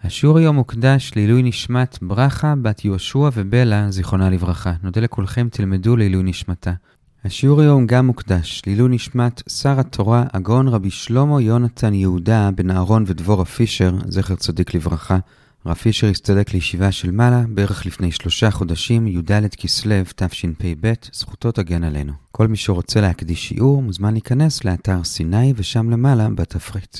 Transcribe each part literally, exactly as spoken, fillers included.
השיעור היום מוקדש לעילוי נשמת ברכה בת יהושע ובלה, זיכרונה לברכה. נודה לכולכם, תלמדו לעילוי נשמתה. השיעור היום גם מוקדש לעילוי נשמת שר התורה הגאון רבי שלמה יונתן יהודה בן אהרון ודבורה פישר, זכר צדיק לברכה. רב פישר הסתלק לישיבה של מעלה בערך לפני שלושה חודשים, י"ד כסלו תשפ"ב, זכותו תגן עלינו. כל מי שרוצה להקדיש שיעור מוזמן להיכנס לאתר סיני ושם למעלה בתפריט.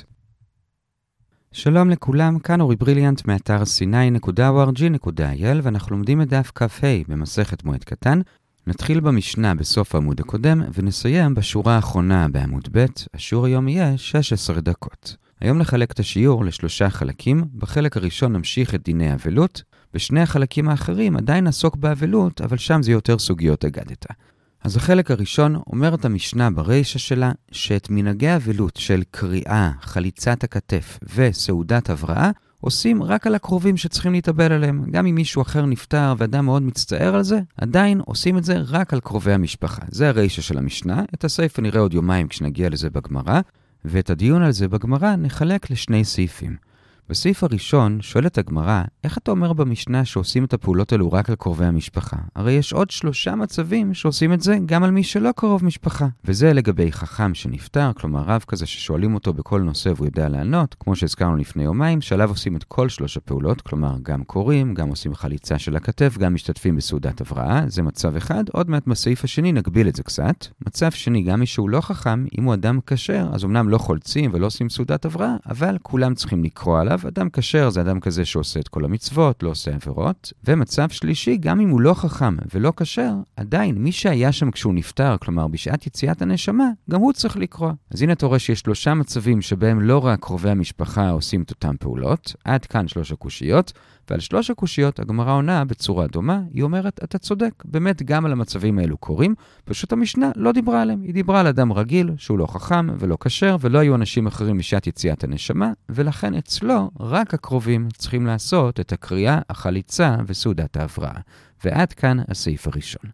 שלום לכולם, כאן אורי בריליאנט מאתר סיני נקודה או אר ג'י נקודה איי אל ואנחנו לומדים את דף כ"ה במסכת מועד קטן. נתחיל במשנה בסוף העמוד הקודם ונסיים בשורה האחרונה בעמוד ב'. השיעור היום יהיה שש עשרה דקות. היום נחלק את השיעור לשלושה חלקים. בחלק הראשון נמשיך את דיני האבלות. בשני החלקים האחרים עדיין נעסוק באבלות, אבל שם זה יותר סוגיות אגדתא. אז החלק הראשון אומרת המשנה ברישה שלה שאת מנהגי האבלות של קריאה, חליצת הכתף וסעודת הבראה עושים רק על הקרובים שצריכים להתאבל עליהם. גם אם מישהו אחר נפטר ואדם מאוד מצטער על זה, עדיין עושים את זה רק על קרובי המשפחה. זה הרישה של המשנה. את הסעיף נראה עוד יומיים כשנגיע לזה בגמרא, ואת הדיון על זה בגמרא נחלק לשני סעיפים. בסעיף הראשון שואלת הגמרא, איך אתה אומר במשנה שעושים את הפעולות האלו רק על קרובי המשפחה? הרי יש עוד שלושה מצבים שעושים את זה גם על מי שלא קרוב משפחה. וזה לגבי חכם שנפטר, כלומר רב כזה ששואלים אותו בכל נושא והוא יודע לענות, כמו שהזכרנו לפני יומיים, שעליו עושים את כל שלוש הפעולות, כלומר גם קוראים, גם עושים חליצה של הכתף, גם משתתפים בסעודת הבראה. זה מצב אחד. עוד מעט בסעיף השני נגביל את זה קצת. מצב שני, גם מי שהוא לא חכם, אם הוא אדם כשר, אז אמנם לא חולצים ולא עושים סעודת הבראה, אבל כולם צריכים לקרוא עליו. אדם כשר זה אדם כזה שעושה את כל המצוות, לא עושה עבירות. ומצב שלישי, גם אם הוא לא חכם ולא כשר, עדיין מי שהיה שם כשהוא נפטר, כלומר בשעת יציאת הנשמה, גם הוא צריך לקרוא. אז הנה אתה רואה שיש שלושה מצבים שבהם לא רק קרובי המשפחה עושים את אותם פעולות. עד כאן שלוש הקושיות, ועל שלוש הקושיות הגמרא עונה בצורה דומה. היא אומרת, אתה צודק, באמת גם על המצבים האלו קורים, פשוט המשנה לא דיברה עליהם. היא דיברה על אדם רגיל שהוא לא חכם ולא כשר, ולא היו אנשים אחרים בשעת יציאת הנשמה, ולכן אצלו רק הקרובים צריכים לעשות את הקריאה, החליצה וסעודת ההבראה. ועד כאן הסעיף הראשון.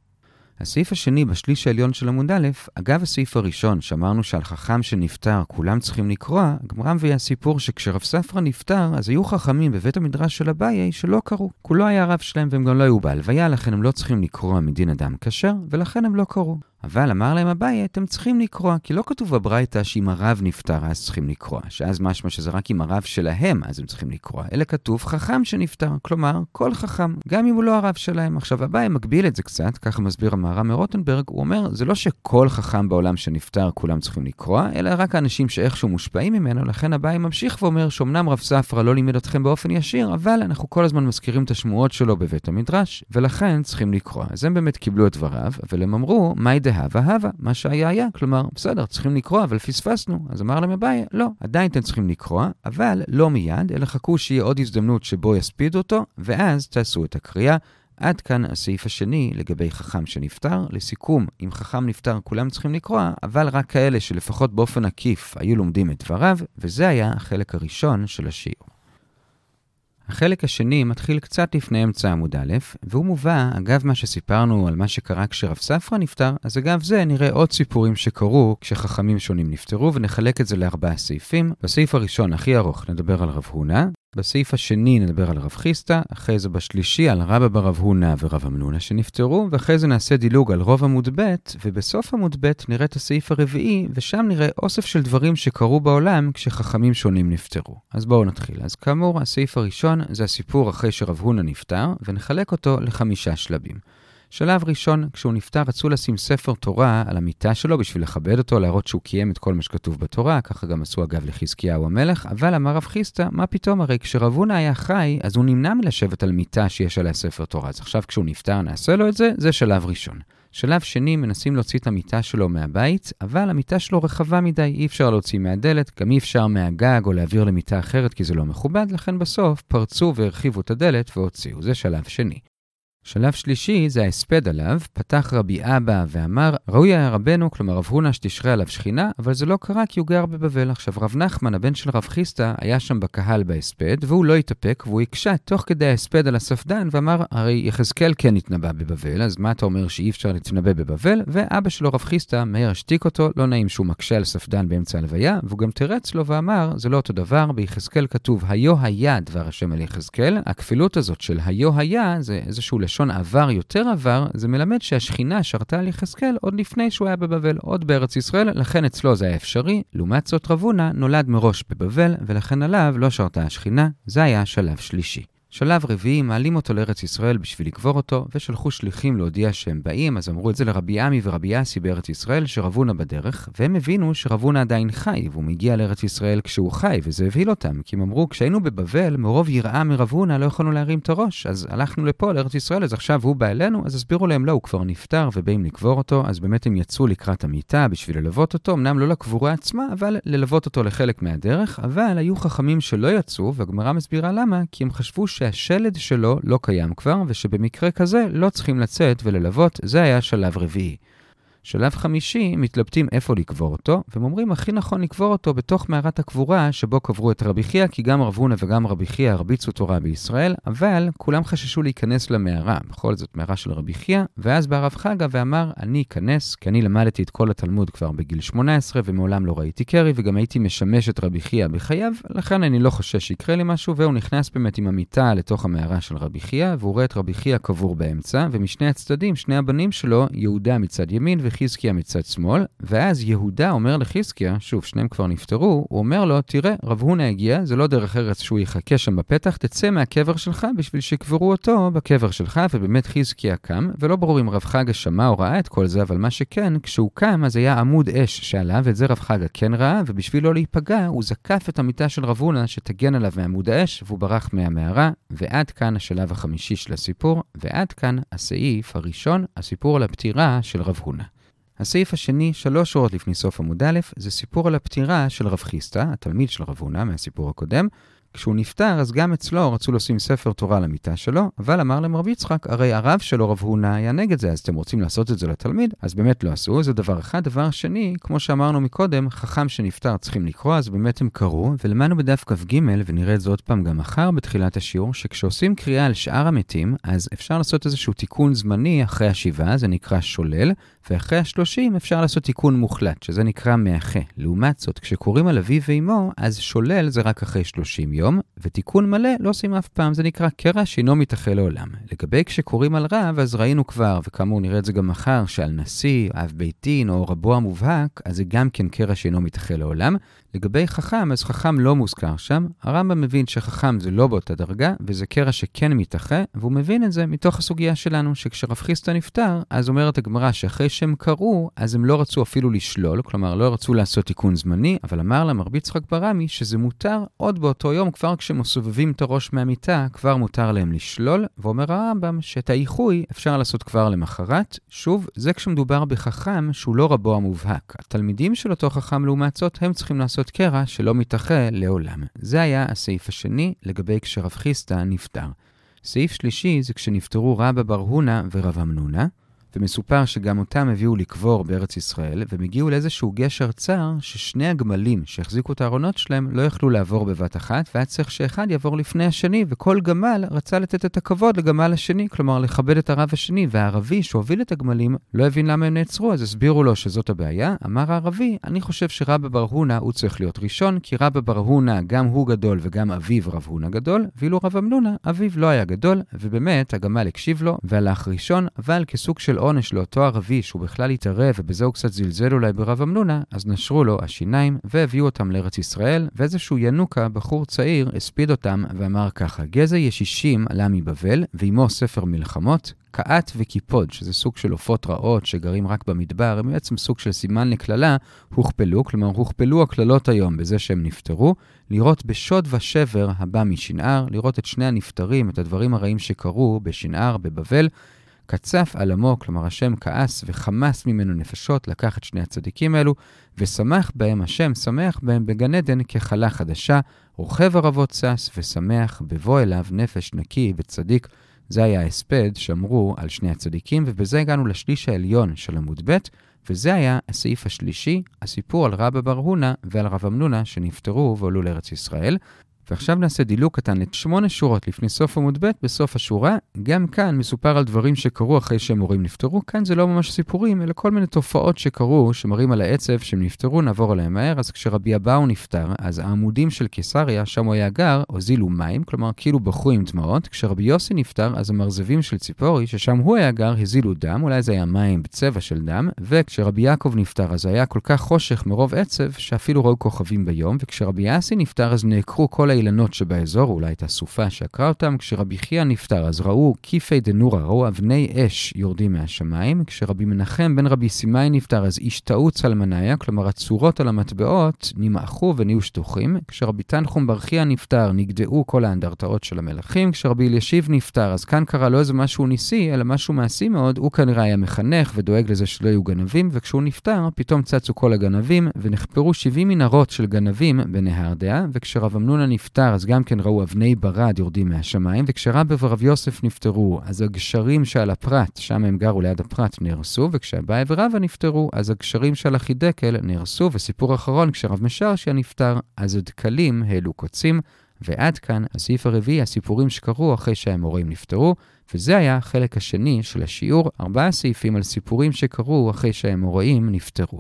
הסעיף השני בשליש העליון של עמוד א', אגב הסעיף הראשון שאמרנו שעל חכם שנפטר כולם צריכים לקרוא, הגמרא מביאה סיפור שכשרב ספרא נפטר אז היו חכמים בבית המדרש של אביי שלא קראו. כולו היה רב שלהם והם גם לא היו בהלוויה, לכן הם לא צריכים לקרוא מדין אדם כשר ולכן הם לא קראו. אבל אמר להם אביי, אתם צריכים לקרוא, כי לא כתוב בברייתא שאם הרב נפטר אז צריכים לקרוא, שאז משמע שזה רק אם הרב שלהם אז הם צריכים לקרוא, אלא כתוב חכם שנפטר, כלומר כל חכם, גם אם הוא לא הרב שלהם. עכשיו אביי מגביל את זה קצת, ככה מסביר המהר"ם מרוטנברג, הוא אומר, זה לא שכל חכם בעולם שנפטר כולם צריכים לקרוא, אלא רק האנשים שאיכשהו מושפעים ממנו. לכן אביי ממשיך ואומר שאומנם רב ספרא לא לימד אתכם באופן ישיר, אבל אנחנו כל הזמן מזכירים את השמועות שלו בבית המדרש, ולכן צריכים לקרוא. אז הם באמת קיבלו את דבריו, אבל הם אמרו, מהי דהבה הווה, מה שהיה היה, כלומר, בסדר, צריכים לקרוא, אבל פספסנו. אז אמר להם אביי, לא, עדיין אתם צריכים לקרוא, אבל לא מיד, אלא חכו שיהיה עוד הזדמנות שבו יספיד אותו, ואז תעשו את הקריאה. עד כאן הסעיף השני לגבי חכם שנפטר. לסיכום, אם חכם נפטר כולם צריכים לקרוא, אבל רק כאלה שלפחות באופן עקיף היו לומדים את דבריו, וזה היה החלק הראשון של השיעור. החלק השני מתחיל קצת לפני אמצע עמוד א', והוא מובא, אגב מה שסיפרנו על מה שקרה כשרב ספרא נפטר, אז אגב זה נראה עוד סיפורים שקרו כשחכמים שונים נפטרו, ונחלק את זה לארבעה סעיפים. בסעיף הראשון הכי ארוך נדבר על רב הונא, בסעיף השני נדבר על רב חיסטה, אחרי זה בשלישי על רבא ברב הונא ורב אמנונא שנפטרו, ואחרי זה נעשה דילוג על רוב עמוד ב', ובסוף עמוד ב' נראה את הסעיף הרביעי, ושם נראה אוסף של דברים שקרו בעולם כשחכמים שונים נפטרו. אז בואו נתחיל. אז כאמור, הסעיף הראשון זה הסיפור אחרי שרב הונא נפטר, ונחלק אותו לחמישה שלבים. שלב ראשון, כשהוא נפטר רצו לשים ספר תורה על המיטה שלו בשביל לכבד אותו, להראות שהוא קיים את כל מה שכתוב בתורה, ככה גם עשו אגב לחזקיהו המלך, אבל אמר רב חיסטה, מה פתאום, הרי כשרב הונא היה חי, אז הוא נמנע מלשבת על מיטה שיש עליה ספר תורה, אז עכשיו כשהוא נפטר נעשה לו את זה, זה שלב ראשון. שלב שני, מנסים להוציא את המיטה שלו מהבית, אבל המיטה שלו רחבה מדי, אי אפשר להוציא מהדלת, גם אי אפשר מהגג או להעביר למיטה אחרת כי זה לא מכובד, לכן בסוף פרצו והרחיבו את הדלת והוציאו, זה שלב שני. שלב שלישי זה ההספד עליו, פתח רבי אבא ואמר, ראוי היה רבנו, כלומר רב הונא שתשרה עליו שכינה, אבל זה לא קרה כי הוא גר בבבל. עכשיו רב נחמן, הבן של רב חיסטה, היה שם בקהל בהספד, והוא לא התאפק, והוא הקשה תוך כדי ההספד על הספדן, ואמר, הרי יחזקאל כן התנבא בבבל, אז מה אתה אומר שאי אפשר להתנבא בבבל? ואבא שלו רב חיסטה מהר השתיק אותו, לא נעים שהוא מקשה על ספדן באמצע הלוויה, והוא גם תרץ לו ואמר, זה לא אותו דבר, ביחזקאל כתוב, היו היה דבר השם על יחזקאל. הכפילות הזאת של היו היה, זה איזשהו לשון עבר יותר עבר, זה מלמד שהשכינה שרתה על יחזקאל עוד לפני שהוא היה בבבל, עוד בארץ ישראל, לכן אצלו זה היה אפשרי. לעומת זאת רב הונא נולד מראש בבבל, ולכן עליו לא שרתה השכינה. זה היה שלב שלישי. שלב רביעי, מעלים אותו לארץ ישראל בשביל לקבור אותו, ושלחו שליחים להודיע שהם באים, אז אמרו את זה לרבי עמי ורבי אסי בארץ ישראל, שרב הונא בדרך, והם הבינו שרב הונא עדיין חי, והוא מגיע לארץ ישראל כשהוא חי, וזה הבהיל אותם, כי הם אמרו, כשהיינו בבבל, מרוב יראה מרב הונא לא יכולנו להרים את הראש, אז הלכנו לפה לארץ ישראל, אז עכשיו הוא בא אלינו, אז הסבירו להם, לא, הוא כבר נפטר, ובאים לקבור אותו, אז באמת הם יצאו לקראת המיטה בשביל ללוות אותו, אמנם לא לקבורה עצמה, אבל ללוות אותו לחלק מהדרך, אבל היו חכמים שלא יצאו, והגמרא מסבירה למה, כי הם חשבו שהשלד שלו לא קיים כבר, ושבמקרה כזה לא צריכים לצאת וללוות. זה היה שלב רביעי. שלב חמישי, מתלבטים איפה לקבור אותו, והם אומרים, הכי נכון לקבור אותו בתוך מערת הקבורה שבו קברו את רבי חייא, כי גם רב הונא וגם רבי חייא הרביצו תורה בישראל, אבל כולם חששו להיכנס למערה, בכל זאת מערה של רבי חייא, ואז בא רב חגא ואמר, אני אכנס, כי אני למדתי את כל התלמוד כבר בגיל שמונה עשרה, ומעולם לא ראיתי קרי, וגם הייתי משמש את רבי חייא בחייו, לכן אני לא חושש שיקרה לי משהו, והוא נכנס באמת עם המיטה לתוך המערה של רבי חייא, והוא רואה את רבי חייא קבור באמצע, ומשני הצדדים, שני הבנים שלו, יהודה מצד ימין וחזקיה מצד שמאל, ואז יהודה אומר לחזקיה, שוב, שניהם כבר נפטרו, הוא אומר לו, תראה, רב הונא הגיע, זה לא דרך ארץ שהוא יחכה שם בפתח, תצא מהקבר שלך בשביל שקברו אותו בקבר שלך, ובאמת חזקיה קם, ולא ברור אם רב חגא שמע או ראה את כל זה, אבל מה שכן, כשהוא קם, אז היה עמוד אש שעליו, ואת זה רב חגא כן ראה, ובשביל לא להיפגע, הוא זקף את המיטה של רב הונא שתגן עליו מעמוד האש, והוא ברח מהמערה, ועד כאן השלב החמישי של הסיפור, ועד כאן הסעיף הראשון, הסיפור על הפטירה של רב הונא. הסעיף השני, שלוש שורות לפני סוף עמוד א', זה סיפור על הפטירה של רב חיסטה, התלמיד של רב הונא מהסיפור הקודם. כשהוא נפטר, אז גם אצלו רצו לשים ספר תורה למיטה שלו, אבל אמר להם רב יצחק, הרי הרב שלו רב הונא היה נגד זה, אז אתם רוצים לעשות את זה לתלמיד? אז באמת לא עשו, זה דבר אחד. דבר שני, כמו שאמרנו מקודם, חכם שנפטר צריכים לקרוא, אז באמת הם קראו, ולמדנו בדף כ"ג, ונראה את זה עוד פעם גם מחר בתחילת השיעור, שכשעושים קריאה על שאר המתים, אז אפשר לעשות איזשהו תיקון זמני אחרי השבעה, זה נקרא שולל, ואחרי השלושים אפשר לעשות תיקון מוחלט, שזה נקרא מאחה. לעומת זאת, כשקוראים על אביו ואמו, אז שולל זה רק אחרי שלושים יום, ותיקון מלא לא עושים אף פעם, זה נקרא קרע שאינו מתאחה לעולם. לגבי כשקוראים על רב, אז ראינו כבר, וכאמור נראה את זה גם מחר, שעל נשיא, אב ביתין או רבו המובהק, אז זה גם כן קרע שאינו מתאחה לעולם. לגבי חכם, אז חכם לא מוזכר שם. הרמב"ם מבין שחכם זה לא באותה דרגה, וזה קרע שכן מתאחה, והוא מבין את זה מתוך הסוגיה שלנו, שכשרב חיסטה נפטר, אז אומרת הגמרא שאחרי שהם קראו, אז הם לא רצו אפילו לשלול, כלומר לא רצו לעשות תיקון זמני, אבל אמר להם רבי יצחק ברמי שזה מותר עוד באותו יום, כבר כשמסובבים את הראש מהמיטה, כבר מותר להם לשלול, ואומר הרמב"ם שאת האיחוי אפשר לעשות כבר למחרת. שוב, זה כשמדובר בחכם שהוא לא רבו המובהק. התלמידים של אותו חכם לעומת זאת, הם צריכים לעשות קרע שלא מתאחה לעולם. זה היה הסעיף השני לגבי כשרב חיסטה נפטר. סעיף שלישי זה כשנפטרו רבא בר הונא ורב אמנונה, ומסופר שגם אותם הביאו לקבור בארץ ישראל, והם הגיעו לאיזשהו גשר צר, ששני הגמלים שהחזיקו את הארונות שלהם לא יכלו לעבור בבת אחת, והיה צריך שאחד יעבור לפני השני, וכל גמל רצה לתת את הכבוד לגמל השני, כלומר לכבד את הרב השני, והערבי שהוביל את הגמלים לא הבין למה הם נעצרו, אז הסבירו לו שזאת הבעיה. אמר הערבי, אני חושב שרבא בר הונא הוא צריך להיות ראשון, כי רבא בר הונא גם הוא גדול וגם אביו רב הונא גדול, ואילו רב אמנונה אביו לא היה גדול, ובאמת הגמל הקשיב לו והלך ראשון, אבל כסוג של עונש לאותו ערבי שהוא בכלל התערב ובזה הוא קצת זלזל אולי ברב אמנונה, אז נשרו לו השיניים והביאו אותם לארץ ישראל, ואיזשהו ינוקה, בחור צעיר, הספיד אותם ואמר ככה, גזע ישישים עלה מבבל ועמו ספר מלחמות, קעת וקיפוד, שזה סוג של עופות רעות שגרים רק במדבר, הם בעצם סוג של סימן לכללה, הוכפלו, כלומר הוכפלו הכללות היום בזה שהם נפטרו, לראות בשוד ושבר הבא משנער, לראות את שני הנפטרים, את הדברים הרעים שקרו בשנער, בבבל, קצף על עמו, כלומר השם כעס וחמס ממנו נפשות, לקח את שני הצדיקים האלו, ושמח בהם השם, שמח בהם בגן עדן כחלה חדשה, רוכב ערבות סס ושמח, בבוא אליו נפש נקי וצדיק, זה היה ההספד שאמרו על שני הצדיקים, ובזה הגענו לשליש העליון של עמוד ב', וזה היה הסעיף השלישי, הסיפור על רבא בר הונא ועל רב אמנונה שנפטרו ועלו לארץ ישראל. ועכשיו נעשה דילוג קטן לשמונה שורות לפני סוף עמוד ב'. בסוף השורה, גם כאן מסופר על דברים שקרו אחרי שהמורים נפטרו. כאן זה לא ממש סיפורים, אלא כל מיני תופעות שקרו, שמראים על העצב שהם נפטרו, נעבור עליהם מהר. אז כשרבי אבאו נפטר, אז העמודים של קיסריה, שם הוא היה גר, הוזילו מים, כלומר כאילו בחרו עם דמעות. כשרבי יוסי נפטר, אז המרזבים של ציפורי, ששם הוא היה גר, הזילו דם, אולי זה היה מים בצבע של דם. וכשרבי יעקב נפטר, אז היה כל כך חושך מרוב עצב, שאפילו ראו כוכבים ביום. וכשרבי יאסי נפטר, אז נעקרו כל האילנות שבאזור, אולי את הסופה שעקרה אותם. כשרבי חייא נפטר, אז ראו כיפי דנורה, ראו אבני אש יורדים מהשמיים. כשרבי מנחם בן רבי סימאי נפטר, אז השתאו צלמניה, כלומר הצורות על המטבעות נמעכו ונהיו שטוחים. כשרבי תנחום בר חייא נפטר, נגדעו כל האנדרטאות של המלכים. כשרבי אלישיב נפטר, אז כאן קרה לא איזה משהו ניסי, אלא משהו מעשי מאוד. הוא כנראה היה מחנך ודואג לזה שלא יהיו גנבים, וכשהוא נפטר, פתאום צצו כל הגנבים, ונחפרו שבעים מנהרות של גנבים בנהר דעה. וכשרב אמנונה נפטר, אז גם כן ראו אבני ברד יורדים מהשמיים. וכשרבא ורב יוסף נפטרו, אז הגשרים שעל הפרת, שם הם גרו ליד הפרת, נהרסו. וכשאביי ורבא נפטרו, אז הגשרים שעל החידקל נהרסו. וסיפור אחרון, כשרב משרשיה נפטר, אז הדקלים העלו קוצים. ועד כאן הסעיף הרביעי, הסיפורים שקרו אחרי שהאמוראים נפטרו. וזה היה החלק השני של השיעור, ארבעה סעיפים על סיפורים שקרו אחרי שהאמוראים נפטרו.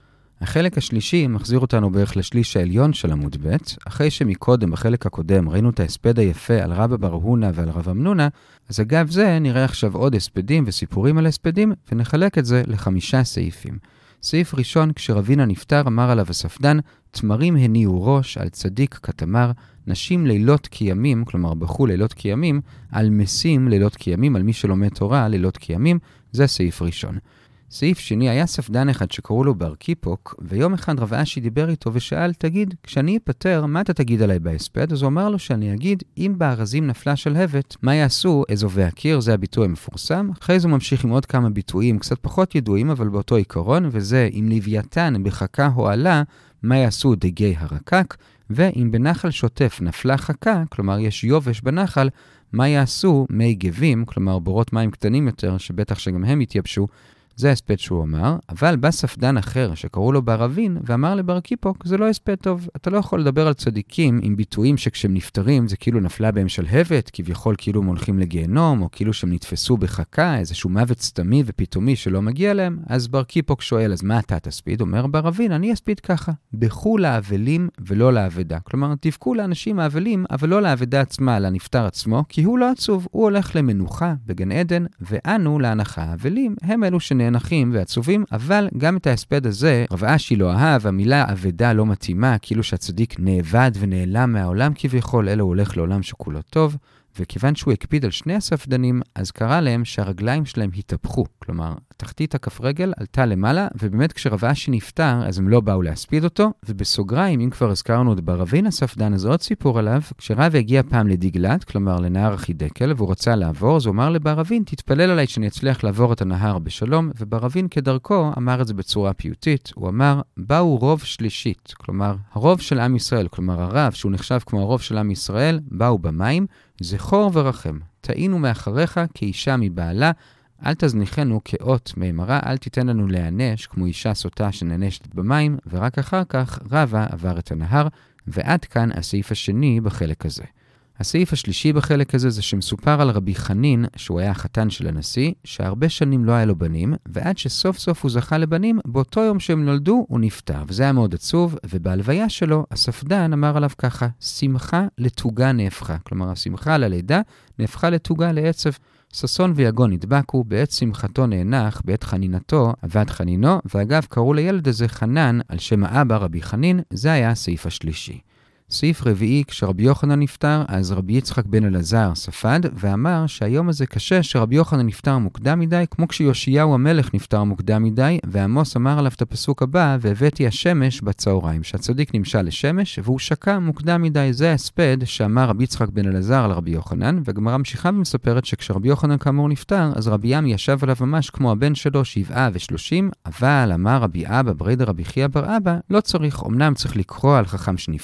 החלק השלישי מחזיר אותנו בערך לשליש העליון של עמוד ב'. אחרי שמקודם, בחלק הקודם, ראינו את ההספד היפה על רבא בר הונא ועל רב אמנונה, אז אגב זה נראה עכשיו עוד הספדים וסיפורים על הספדים, ונחלק את זה לחמישה סעיפים. סעיף ראשון, כשרבינה נפטר, אמר עליו הספדן, תמרים הניעו ראש על צדיק כתמר, נשים לילות כימים, כלומר בחו לילות כימים, על משים לילות כימים, על מי שלומד תורה לילות כימים. זה סעיף ראשון. סעיף שני, היה ספדן אחד שקראו לו בר קיפוק, ויום אחד רב אשי דיבר איתו ושאל, תגיד, כשאני אפטר, מה אתה תגיד עליי בהספד? אז הוא אמר לו שאני אגיד, אם בארזים נפלה שלהבת, מה יעשו אזובי הקיר? זה הביטוי המפורסם. אחרי זה הוא ממשיך עם עוד כמה ביטויים, קצת פחות ידועים, אבל באותו עיקרון, וזה, אם לוויתן בחכה הועלה, מה יעשו דגי הרקק? ואם בנחל שוטף נפלה חכה, כלומר יש יובש בנחל, מה יעשו מי גבים, כלומר בורות מים קטנים יותר, שבטח שגם הם יתייבשו. זה הספד שהוא אמר, אבל בא ספדן אחר שקראו לו בר אבין, ואמר לבר קיפוק, זה לא הספד טוב. אתה לא יכול לדבר על צדיקים עם ביטויים שכשהם נפטרים זה כאילו נפלה בהם שלהבת, כביכול כאילו הם הולכים לגיהנום, או כאילו שהם נתפסו בחכה, איזשהו מוות סתמי ופתאומי שלא מגיע להם. אז בר קיפוק שואל, אז מה אתה תספיד? אומר בר אבין, אני אספיד ככה, בכו לאבלים ולא לאבדה. כלומר, תבכו לאנשים האבלים, אבל לא לאבדה עצמה, לנפטר עצמו, כי הוא לא עצוב, הוא הולך למנוחה בגן עדן, ואנו להנחה האבלים, הם אלו שנאנחים ועצובים. אבל גם את ההספד הזה רב אשי לא אהב, המילה אבדה לא מתאימה, כאילו שהצדיק נאבד ונעלם מהעולם כביכול, אלא הוא הולך לעולם שכולו טוב. וכיוון שהוא הקפיד על שני הספדנים, אז קרא להם שהרגליים שלהם התהפכו. כלומר, תחתית הכף רגל עלתה למעלה, ובאמת כשרב אשי נפטר, אז הם לא באו להספיד אותו. ובסוגריים, אם כבר הזכרנו את בר אבין הספדן, אז עוד סיפור עליו, כשרב הגיע פעם לדיגלת, כלומר לנהר החידקל, והוא רצה לעבור, אז הוא אמר לבר אבין, תתפלל עליי שאני אצליח לעבור את הנהר בשלום. ובר אבין כדרכו אמר את זה בצורה פיוטית. הוא אמר, באו רוב שלישית, כלומר, הרוב של עם ישראל, כלומר הרב שהוא נחשב כמו הרוב של עם ישראל, באו במים, זכור ורחם, תעינו מאחריך כאישה מבעלה, אל תזניחנו כאות מימרה, אל תיתן לנו להיענש כמו אישה סוטה שנענשת במים, ורק אחר כך רבא עבר את הנהר. ועד כאן הסעיף השני בחלק הזה. הסעיף השלישי בחלק הזה זה שמסופר על רבי חנין, שהוא היה החתן של הנשיא, שהרבה שנים לא היה לו בנים, ועד שסוף סוף הוא זכה לבנים, באותו יום שהם נולדו הוא נפטר, וזה היה מאוד עצוב. ובהלוויה שלו הספדן אמר עליו ככה, שמחה לתוגה נהפכה, כלומר השמחה על הלידה נהפכה לתוגה לעצב. ששון ויגון נדבקו, בעת שמחתו נאנח, בעת חנינתו עבד חנינו, ואגב קראו לילד הזה חנן על שם האבא רבי חנין. זה היה הסעיף השלישי. סעיף רביעי, כשרבי יוחנן נפטר, אז רבי יצחק בן אלעזר ספד, ואמר שהיום הזה קשה שרבי יוחנן נפטר מוקדם מדי, כמו כשיושיהו המלך נפטר מוקדם מדי, ועמוס אמר עליו את הפסוק הבא, והבאתי השמש בצהריים, שהצדיק נמשל לשמש, והוא שקע מוקדם מדי. זה הספד שאמר רבי יצחק בן אלעזר על רבי יוחנן, והגמרא ממשיכה ומספרת שכשרבי יוחנן כאמור נפטר, אז רבי ים ישב עליו ממש כמו הבן שלו שבעה ושלושים, אבל אמר רבי אבא ברי דרבי חייא בר אבא, לא צריך, אמנם צריך לקרוא על חכם שנפטר, כמו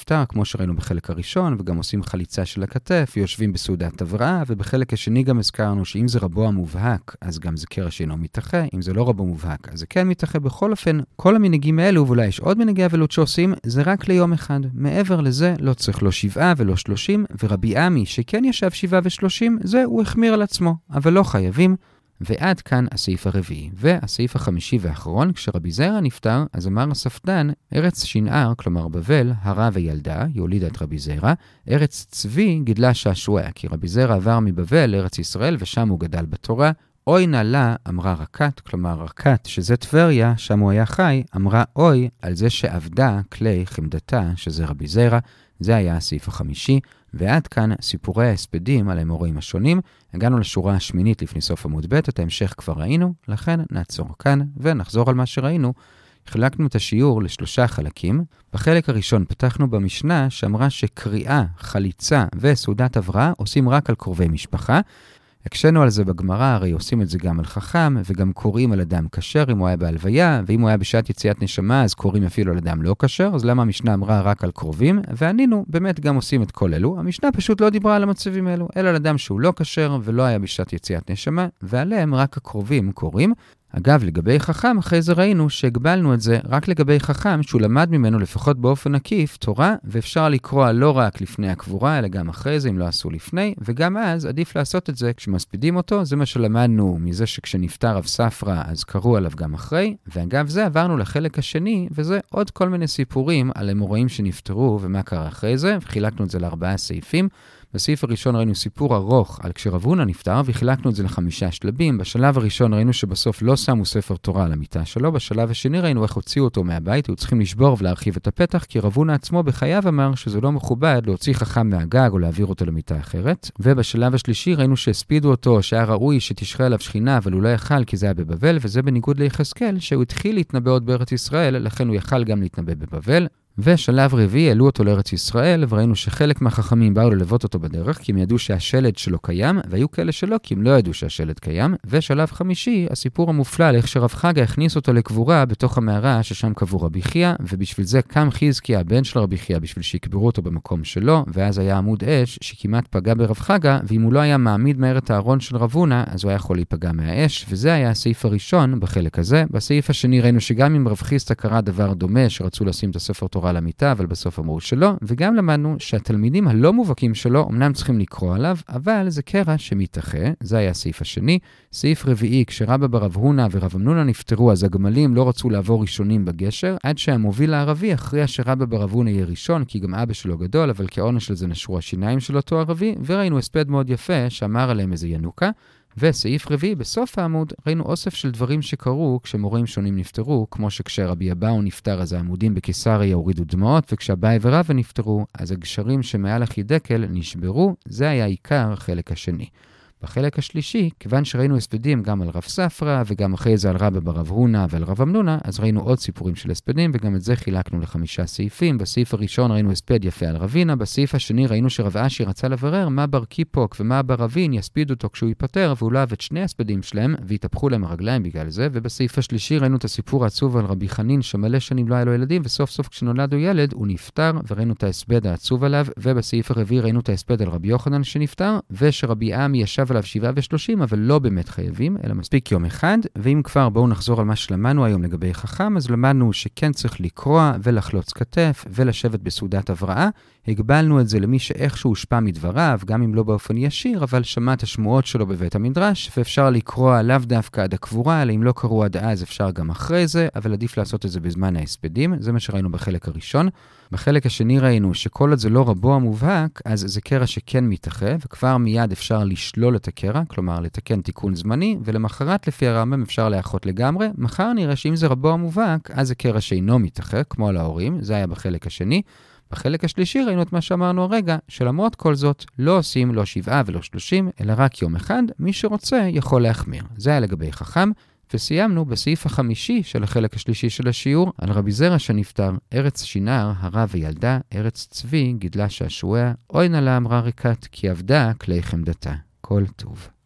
שראינו בחלק הראשון, וגם עושים חליצה של הכתף, ויושבים בסעודת הבראה, ובחלק השני גם הזכרנו שאם זה רבו המובהק, אז גם זה קרע שאינו מתאחה, אם זה לא רבו מובהק, אז זה כן מתאחה. בכל אופן, כל המנהגים האלו, ואולי יש עוד מנהגי אבלות שעושים, זה רק ליום אחד. מעבר לזה, לא צריך לא שבעה ולא שלושים, ורבי עמי, שכן ישב שבעה ושלושים, זה הוא החמיר על עצמו, אבל לא חייבים. ועד כאן הסעיף הרביעי. והסעיף החמישי והאחרון, כשרבי זרע נפטר, אז אמר הספדן, ארץ שנער, כלומר בבל, הרה וילדה, יולידה את רבי זרע, ארץ צבי גידלה שעשועיה, כי רבי זרע עבר מבבל לארץ ישראל, ושם הוא גדל בתורה. אוי נעלה, אמרה רקת, כלומר רקת, שזה טבריה, שם הוא היה חי, אמרה אוי על זה שעבדה כלי חמדתה, שזה רבי זרע. זה היה הסעיף החמישי, ועד כאן סיפורי ההספדים על האמוראים השונים. הגענו לשורה השמינית לפני סוף עמוד ב', את ההמשך כבר ראינו, לכן נעצור כאן ונחזור על מה שראינו. חילקנו את השיעור לשלושה חלקים. בחלק הראשון פתחנו במשנה שאמרה שקריאה, חליצה וסעודת הבראה עושים רק על קרובי משפחה. הקשנו על זה בגמרא, הרי עושים את זה גם על חכם, וגם קוראים על אדם כשר אם הוא היה בהלוויה, ואם הוא היה בשעת יציאת נשמה, אז קוראים אפילו על אדם לא כשר, אז למה המשנה אמרה רק על קרובים? וענינו, באמת גם עושים את כל אלו. המשנה פשוט לא דיברה על המצבים האלו, אלא על אדם שהוא לא כשר ולא היה בשעת יציאת נשמה, ועליהם רק הקרובים קוראים. אגב, לגבי חכם, אחרי זה ראינו שהגבלנו את זה רק לגבי חכם, שהוא למד ממנו לפחות באופן עקיף תורה, ואפשר לקרוא לא רק לפני הקבורה, אלא גם אחרי זה, אם לא עשו לפני, וגם אז עדיף לעשות את זה כשמספידים אותו. זה מה שלמדנו מזה שכשנפטר רב ספרא, אז קראו עליו גם אחרי, ואגב זה עברנו לחלק השני, וזה עוד כל מיני סיפורים על אמוראים שנפטרו ומה קרה אחרי זה, וחילקנו את זה לארבעה סעיפים. בסעיף הראשון ראינו סיפור ארוך על כשרב הונא נפטר, וחילקנו את זה לחמישה שלבים. בשלב הראשון ראינו שבסוף לא שמו ספר תורה על המיטה שלו. בשלב השני ראינו איך הוציאו אותו מהבית, היו צריכים לשבור ולהרחיב את הפתח, כי רב הונא עצמו בחייו אמר שזה לא מכובד להוציא חכם מהגג או להעביר אותו למיטה אחרת. ובשלב השלישי ראינו שהספידו אותו, שהיה ראוי שתשרה עליו שכינה, אבל הוא לא יכל כי זה היה בבבל, וזה בניגוד ליחזקאל, שהוא התחיל להתנבא עוד בארץ ישראל, לכן הוא יכל גם להתנבא בבבל. ושלב רביעי, העלו אותו לארץ ישראל, וראינו שחלק מהחכמים באו ללוות אותו בדרך, כי הם ידעו שהשלד שלו קיים, והיו כאלה שלא, כי הם לא ידעו שהשלד קיים. ושלב חמישי, הסיפור המופלא על איך שרב חגה הכניס אותו לקבורה בתוך המערה ששם קבור רבי חייא, ובשביל זה קם חזקיה, הבן של רבי חייא, בשביל שיקברו אותו במקום שלו, ואז היה עמוד אש שכמעט פגע ברב חגה, ואם הוא לא היה מעמיד מהר את הארון של רב הונא, אז הוא היה יכול להיפגע מהאש, וזה היה הסעיף הראשון בחלק הזה. בסעיף השני ראינו שגם אם רב חיסדא קרא דבר דומה, שרצו לשים את הספר תורה למיטה, אבל בסוף אמרו שלא, וגם למדנו שהתלמידים הלא מובהקים שלו אמנם צריכים לקרוא עליו, אבל זה קרע שמתאחה. זה היה הסעיף השני. סעיף רביעי, כשרבא ברב הונא ורב אמנונה נפטרו, אז הגמלים לא רצו לעבור ראשונים בגשר, עד שהמוביל הערבי הכריע שרבא ברב הונא יהיה ראשון, כי גם אבא שלו גדול, אבל כעונש של זה נשרו השיניים של אותו ערבי, וראינו הספד מאוד יפה שאמר עליהם איזה ינוקה. וסעיף רביעי, בסוף העמוד, ראינו אוסף של דברים שקרו כשמורים שונים נפטרו, כמו שכשרבי אבאו נפטר, אז העמודים בקיסריה הורידו דמעות, וכשאביי ורבא נפטרו, אז הגשרים שמעל החידקל נשברו. זה היה עיקר החלק השני. בחלק השלישי, כיוון שראינו הספדים גם על רב ספרא, וגם אחרי זה על רבא ברב הונא ועל רב אמנונה, אז ראינו עוד סיפורים של הספדים, וגם את זה חילקנו לחמישה סעיפים. בסעיף הראשון ראינו הספד יפה על רבינה, בסעיף השני ראינו שרב אשי רצה לברר מה בר קיפוק ומה בר רבין יספיד אותו כשהוא ייפטר, והוא לא אהב את שני הספדים שלהם, והתהפכו להם הרגליים בגלל זה. ובסעיף השלישי ראינו את הסיפור העצוב על רבי חנין, שמלא שנים לא היה לו ילדים, וסוף סוף כשנולד הוא ילד, הוא נפטר, וראינו את ההספד העצוב עליו. ובסעיף הרביעי ראינו את ההספד על רבי יוחנן שנפטר, ושרבי עמי ישב עליו שבעה ושלושים, אבל לא באמת חייבים, אלא מספיק יום אחד. ואם כבר בואו נחזור על מה שלמדנו היום לגבי חכם, אז למדנו שכן צריך לקרוע ולחלוץ כתף ולשבת בסעודת הבראה. הגבלנו את זה למי שאיכשהו הושפע מדבריו, גם אם לא באופן ישיר, אבל שמע את השמועות שלו בבית המדרש, ואפשר לקרוע לאו דווקא עד הקבורה, אלא אם לא קראו עד אז אפשר גם אחרי זה, אבל עדיף לעשות את זה בזמן ההספדים. זה מה שראינו בחלק הראשון. בחלק השני ראינו שכל עוד זה לא רבו המובהק, אז זה קרע שכן מתאחה, וכבר מיד אפשר לשלול את הקרע, כלומר לתקן תיקון זמני, ולמחרת לפי הרמב"ם אפשר לאחות לגמרי. מחר נראה שאם זה רבו המובהק, אז זה קרע שאינו מתאחה, כמו על ההורים. זה היה בחלק השני. בחלק השלישי ראינו את מה שאמרנו הרגע, שלמרות כל זאת לא עושים לא שבעה ולא שלושים, אלא רק יום אחד. מי שרוצה יכול להחמיר. זה היה לגבי חכם. וסיימנו בסעיף החמישי של החלק השלישי של השיעור על רבי זרע שנפטר, ארץ שנער, הרה וילדה, ארץ צבי, גידלה שעשועיה, אוי נעלה אמרה רקת, כי עבדה כלי חמדתה. כל טוב.